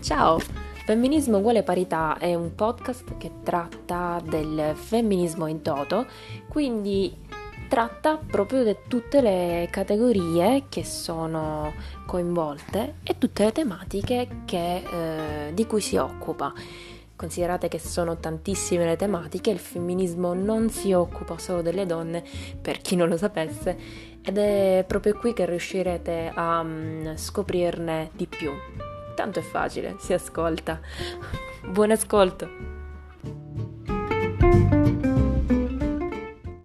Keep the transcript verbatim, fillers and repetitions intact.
Ciao! Femminismo uguale parità è un podcast che tratta del femminismo in toto, quindi tratta proprio di tutte le categorie che sono coinvolte e tutte le tematiche che, eh, di cui si occupa. Considerate che sono tantissime le tematiche, il femminismo non si occupa solo delle donne, per chi non lo sapesse, ed è proprio qui che riuscirete a um, scoprirne di più. Tanto è facile, si ascolta. Buon ascolto!